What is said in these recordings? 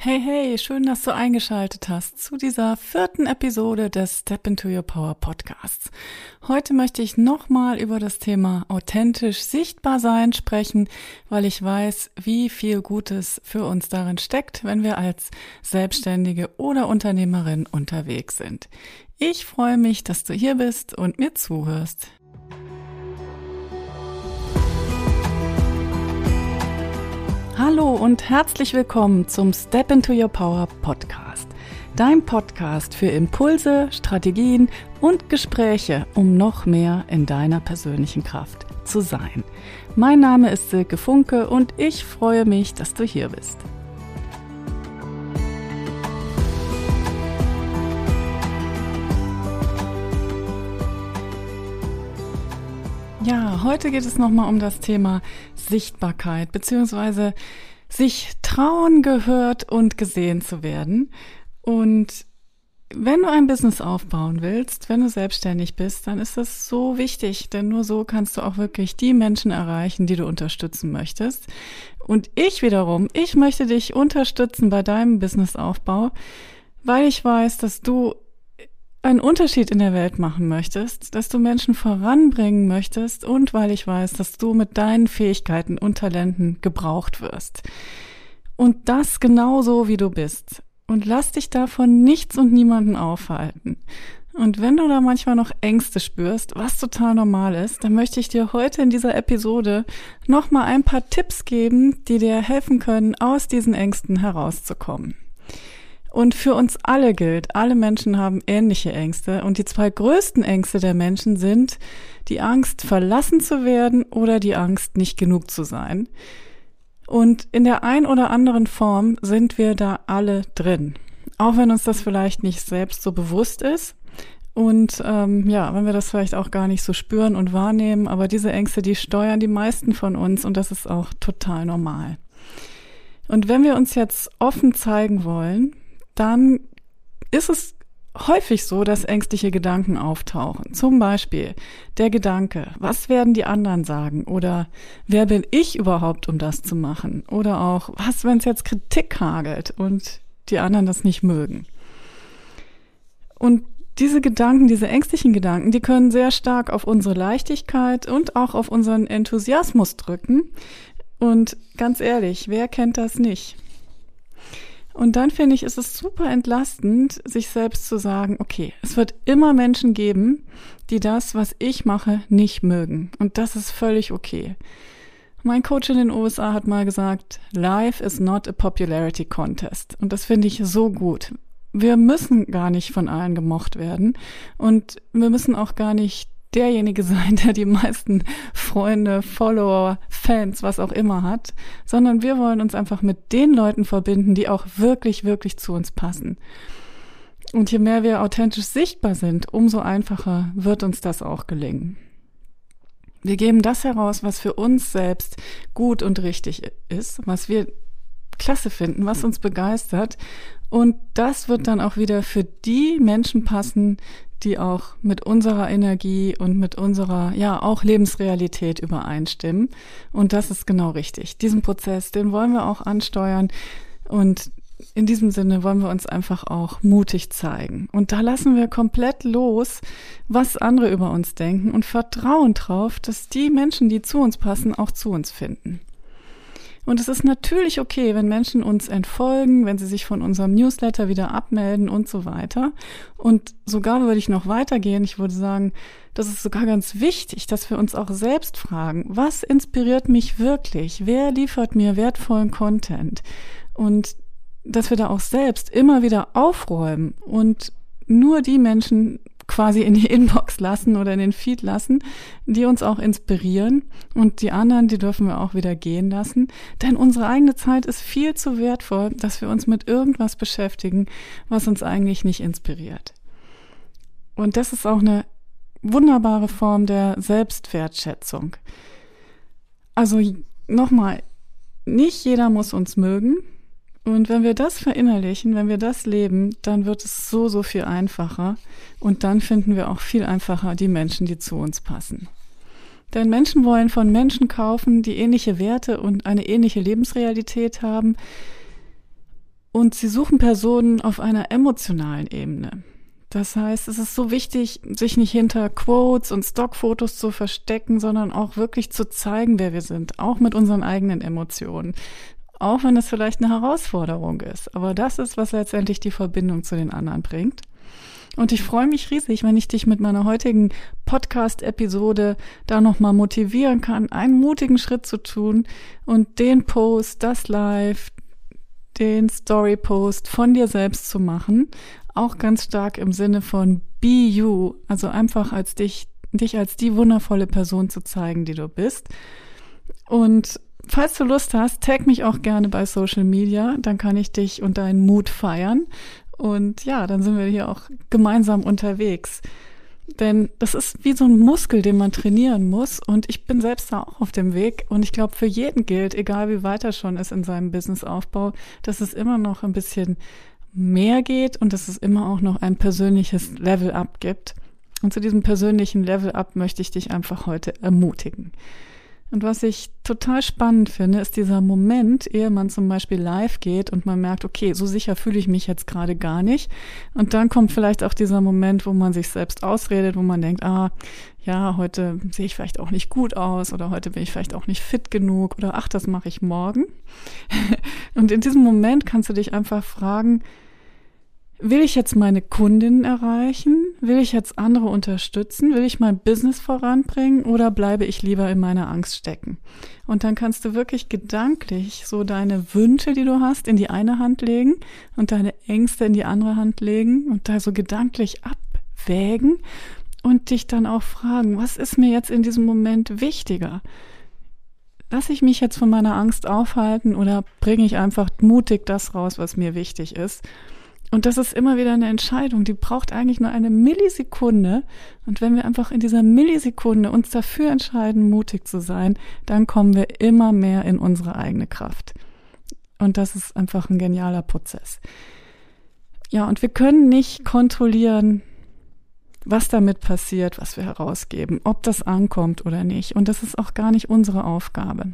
Hey, hey, schön, dass du eingeschaltet hast zu dieser 4. Episode des Step into Your Power Podcasts. Heute möchte ich nochmal über das Thema authentisch sichtbar sein sprechen, weil ich weiß, wie viel Gutes für uns darin steckt, wenn wir als Selbstständige oder Unternehmerin unterwegs sind. Ich freue mich, dass du hier bist und mir zuhörst. Hallo und herzlich willkommen zum Step into Your Power Podcast. Dein Podcast für Impulse, Strategien und Gespräche, um noch mehr in deiner persönlichen Kraft zu sein. Mein Name ist Silke Funke und ich freue mich, dass du hier bist. Ja, heute geht es nochmal um das Thema Sichtbarkeit, beziehungsweise sich trauen, gehört und gesehen zu werden. Und wenn du ein Business aufbauen willst, wenn du selbstständig bist, dann ist das so wichtig, denn nur so kannst du auch wirklich die Menschen erreichen, die du unterstützen möchtest. Und ich möchte dich unterstützen bei deinem Businessaufbau, weil ich weiß, dass du einen Unterschied in der Welt machen möchtest, dass du Menschen voranbringen möchtest und weil ich weiß, dass du mit deinen Fähigkeiten und Talenten gebraucht wirst. Und das genauso, wie du bist. Und lass dich davon nichts und niemanden aufhalten. Und wenn du da manchmal noch Ängste spürst, was total normal ist, dann möchte ich dir heute in dieser Episode nochmal ein paar Tipps geben, die dir helfen können, aus diesen Ängsten herauszukommen. Und für uns alle gilt, alle Menschen haben ähnliche Ängste und die 2 größten Ängste der Menschen sind die Angst, verlassen zu werden oder die Angst, nicht genug zu sein. Und in der ein oder anderen Form sind wir da alle drin, auch wenn uns das vielleicht nicht selbst so bewusst ist und wenn wir das vielleicht auch gar nicht so spüren und wahrnehmen, aber diese Ängste, die steuern die meisten von uns und das ist auch total normal. Und wenn wir uns jetzt offen zeigen wollen, dann ist es häufig so, dass ängstliche Gedanken auftauchen. Zum Beispiel der Gedanke, was werden die anderen sagen? Oder wer bin ich überhaupt, um das zu machen? Oder auch, was, wenn es jetzt Kritik hagelt und die anderen das nicht mögen? Und diese Gedanken, diese ängstlichen Gedanken, die können sehr stark auf unsere Leichtigkeit und auch auf unseren Enthusiasmus drücken. Und ganz ehrlich, wer kennt das nicht? Und dann finde ich, ist es super entlastend, sich selbst zu sagen, okay, es wird immer Menschen geben, die das, was ich mache, nicht mögen. Und das ist völlig okay. Mein Coach in den USA hat mal gesagt, Life is not a popularity contest. Und das finde ich so gut. Wir müssen gar nicht von allen gemocht werden. Und wir müssen auch gar nicht derjenige sein, der die meisten Freunde, Follower, Fans, was auch immer hat, sondern wir wollen uns einfach mit den Leuten verbinden, die auch wirklich, wirklich zu uns passen. Und je mehr wir authentisch sichtbar sind, umso einfacher wird uns das auch gelingen. Wir geben das heraus, was für uns selbst gut und richtig ist, was wir klasse finden, was uns begeistert. Und das wird dann auch wieder für die Menschen passen, die auch mit unserer Energie und mit unserer, auch Lebensrealität übereinstimmen. Und das ist genau richtig. Diesen Prozess, den wollen wir auch ansteuern. Und in diesem Sinne wollen wir uns einfach auch mutig zeigen. Und da lassen wir komplett los, was andere über uns denken und vertrauen drauf, dass die Menschen, die zu uns passen, auch zu uns finden. Und es ist natürlich okay, wenn Menschen uns entfolgen, wenn sie sich von unserem Newsletter wieder abmelden und so weiter. Und sogar würde ich noch weitergehen. Ich würde sagen, das ist sogar ganz wichtig, dass wir uns auch selbst fragen, was inspiriert mich wirklich? Wer liefert mir wertvollen Content? Und dass wir da auch selbst immer wieder aufräumen und nur die Menschen quasi in die Inbox lassen oder in den Feed lassen, die uns auch inspirieren und die anderen, die dürfen wir auch wieder gehen lassen, denn unsere eigene Zeit ist viel zu wertvoll, dass wir uns mit irgendwas beschäftigen, was uns eigentlich nicht inspiriert. Und das ist auch eine wunderbare Form der Selbstwertschätzung. Also nochmal, nicht jeder muss uns mögen. Und wenn wir das verinnerlichen, wenn wir das leben, dann wird es so, so viel einfacher. Und dann finden wir auch viel einfacher die Menschen, die zu uns passen. Denn Menschen wollen von Menschen kaufen, die ähnliche Werte und eine ähnliche Lebensrealität haben. Und sie suchen Personen auf einer emotionalen Ebene. Das heißt, es ist so wichtig, sich nicht hinter Quotes und Stockfotos zu verstecken, sondern auch wirklich zu zeigen, wer wir sind, auch mit unseren eigenen Emotionen. Auch wenn es vielleicht eine Herausforderung ist. Aber das ist, was letztendlich die Verbindung zu den anderen bringt. Und ich freue mich riesig, wenn ich dich mit meiner heutigen Podcast-Episode da nochmal motivieren kann, einen mutigen Schritt zu tun und den Post, das Live, den Story-Post von dir selbst zu machen. Auch ganz stark im Sinne von be you, also einfach als dich als die wundervolle Person zu zeigen, die du bist. Und falls du Lust hast, tag mich auch gerne bei Social Media, dann kann ich dich und deinen Mut feiern. Und ja, dann sind wir hier auch gemeinsam unterwegs. Denn das ist wie so ein Muskel, den man trainieren muss. Und ich bin selbst da auch auf dem Weg. Und ich glaube, für jeden gilt, egal wie weit er schon ist in seinem Businessaufbau, dass es immer noch ein bisschen mehr geht und dass es immer auch noch ein persönliches Level-Up gibt. Und zu diesem persönlichen Level-Up möchte ich dich einfach heute ermutigen. Und was ich total spannend finde, ist dieser Moment, ehe man zum Beispiel live geht und man merkt, okay, so sicher fühle ich mich jetzt gerade gar nicht. Und dann kommt vielleicht auch dieser Moment, wo man sich selbst ausredet, wo man denkt, ja, heute sehe ich vielleicht auch nicht gut aus oder heute bin ich vielleicht auch nicht fit genug oder ach, das mache ich morgen. Und in diesem Moment kannst du dich einfach fragen, will ich jetzt meine Kundinnen erreichen? Will ich jetzt andere unterstützen? Will ich mein Business voranbringen oder bleibe ich lieber in meiner Angst stecken? Und dann kannst du wirklich gedanklich so deine Wünsche, die du hast, in die eine Hand legen und deine Ängste in die andere Hand legen und da so gedanklich abwägen und dich dann auch fragen, was ist mir jetzt in diesem Moment wichtiger? Lasse ich mich jetzt von meiner Angst aufhalten oder bringe ich einfach mutig das raus, was mir wichtig ist? Und das ist immer wieder eine Entscheidung, die braucht eigentlich nur eine Millisekunde. Und wenn wir einfach in dieser Millisekunde uns dafür entscheiden, mutig zu sein, dann kommen wir immer mehr in unsere eigene Kraft. Und das ist einfach ein genialer Prozess. Ja, und wir können nicht kontrollieren, was damit passiert, was wir herausgeben, ob das ankommt oder nicht. Und das ist auch gar nicht unsere Aufgabe.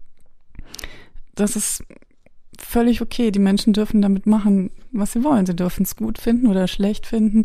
Das ist völlig okay. Die Menschen dürfen damit machen, was sie wollen. Sie dürfen es gut finden oder schlecht finden.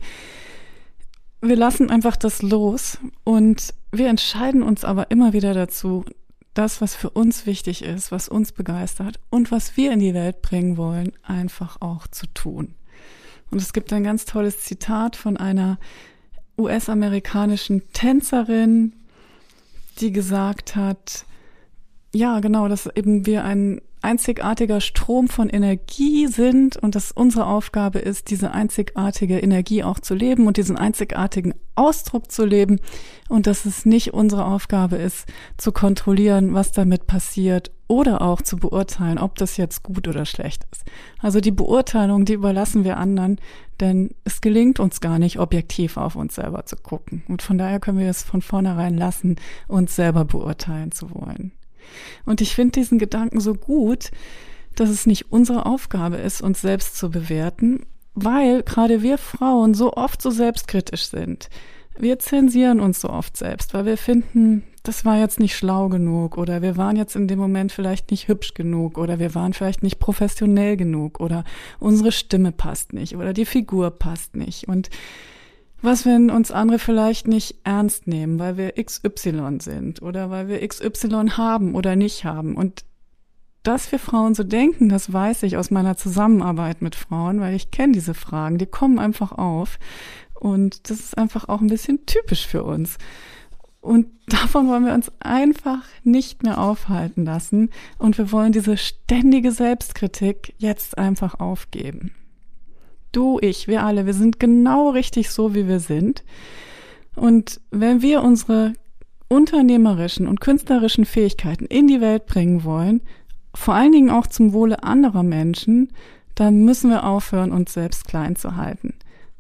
Wir lassen einfach das los und wir entscheiden uns aber immer wieder dazu, das, was für uns wichtig ist, was uns begeistert und was wir in die Welt bringen wollen, einfach auch zu tun. Und es gibt ein ganz tolles Zitat von einer US-amerikanischen Tänzerin, die gesagt hat, ja, genau, dass eben wir ein einzigartiger Strom von Energie sind und dass unsere Aufgabe ist, diese einzigartige Energie auch zu leben und diesen einzigartigen Ausdruck zu leben und dass es nicht unsere Aufgabe ist, zu kontrollieren, was damit passiert oder auch zu beurteilen, ob das jetzt gut oder schlecht ist. Also die Beurteilung, die überlassen wir anderen, denn es gelingt uns gar nicht, objektiv auf uns selber zu gucken. Und von daher können wir es von vornherein lassen, uns selber beurteilen zu wollen. Und ich finde diesen Gedanken so gut, dass es nicht unsere Aufgabe ist, uns selbst zu bewerten, weil gerade wir Frauen so oft so selbstkritisch sind. Wir zensieren uns so oft selbst, weil wir finden, das war jetzt nicht schlau genug oder wir waren jetzt in dem Moment vielleicht nicht hübsch genug oder wir waren vielleicht nicht professionell genug oder unsere Stimme passt nicht oder die Figur passt nicht. Und was, wenn uns andere vielleicht nicht ernst nehmen, weil wir XY sind oder weil wir XY haben oder nicht haben? Und dass wir Frauen so denken, das weiß ich aus meiner Zusammenarbeit mit Frauen, weil ich kenne diese Fragen, die kommen einfach auf. Und das ist einfach auch ein bisschen typisch für uns. Und davon wollen wir uns einfach nicht mehr aufhalten lassen. Und wir wollen diese ständige Selbstkritik jetzt einfach aufgeben. Du, ich, wir alle, wir sind genau richtig so, wie wir sind. Und wenn wir unsere unternehmerischen und künstlerischen Fähigkeiten in die Welt bringen wollen, vor allen Dingen auch zum Wohle anderer Menschen, dann müssen wir aufhören, uns selbst klein zu halten.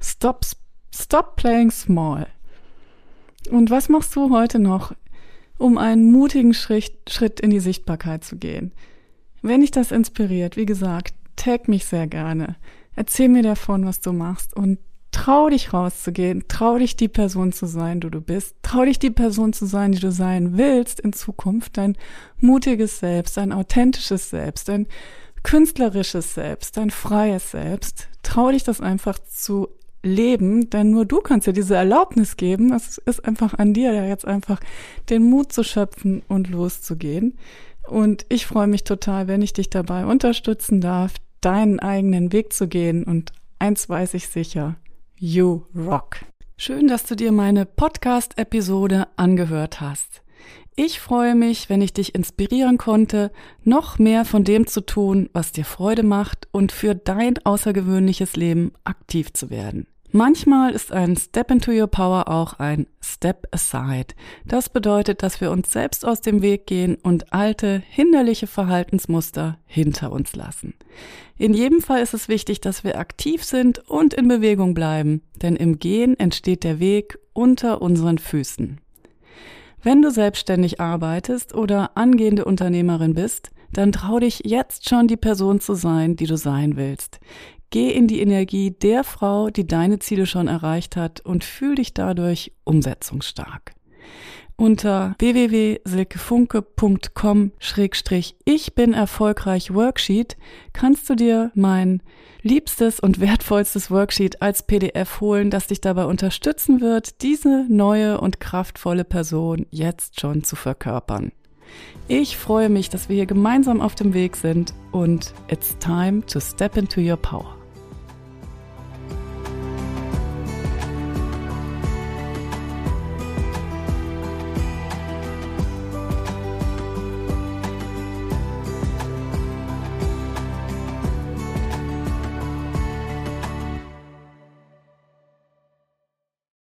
Stop playing small. Und was machst du heute noch, um einen mutigen Schritt in die Sichtbarkeit zu gehen? Wenn dich das inspiriert, wie gesagt, tag mich sehr gerne. Erzähl mir davon, was du machst und trau dich rauszugehen, trau dich die Person zu sein, die du bist, trau dich die Person zu sein, die du sein willst in Zukunft, dein mutiges Selbst, dein authentisches Selbst, dein künstlerisches Selbst, dein freies Selbst. Trau dich das einfach zu leben, denn nur du kannst dir diese Erlaubnis geben. Es ist einfach an dir, ja jetzt einfach den Mut zu schöpfen und loszugehen. Und ich freue mich total, wenn ich dich dabei unterstützen darf, deinen eigenen Weg zu gehen. Und eins weiß ich sicher, you rock. Schön, dass du dir meine Podcast-Episode angehört hast. Ich freue mich, wenn ich dich inspirieren konnte, noch mehr von dem zu tun, was dir Freude macht und für dein außergewöhnliches Leben aktiv zu werden. Manchmal ist ein Step into your power auch ein Step aside. Das bedeutet, dass wir uns selbst aus dem Weg gehen und alte, hinderliche Verhaltensmuster hinter uns lassen. In jedem Fall ist es wichtig, dass wir aktiv sind und in Bewegung bleiben, denn im Gehen entsteht der Weg unter unseren Füßen. Wenn du selbstständig arbeitest oder angehende Unternehmerin bist, dann trau dich jetzt schon die Person zu sein, die du sein willst. Geh in die Energie der Frau, die deine Ziele schon erreicht hat und fühl dich dadurch umsetzungsstark. Unter www.silkefunke.com/ich-bin-erfolgreich-Worksheet kannst du dir mein liebstes und wertvollstes Worksheet als PDF holen, das dich dabei unterstützen wird, diese neue und kraftvolle Person jetzt schon zu verkörpern. Ich freue mich, dass wir hier gemeinsam auf dem Weg sind und it's time to step into your power.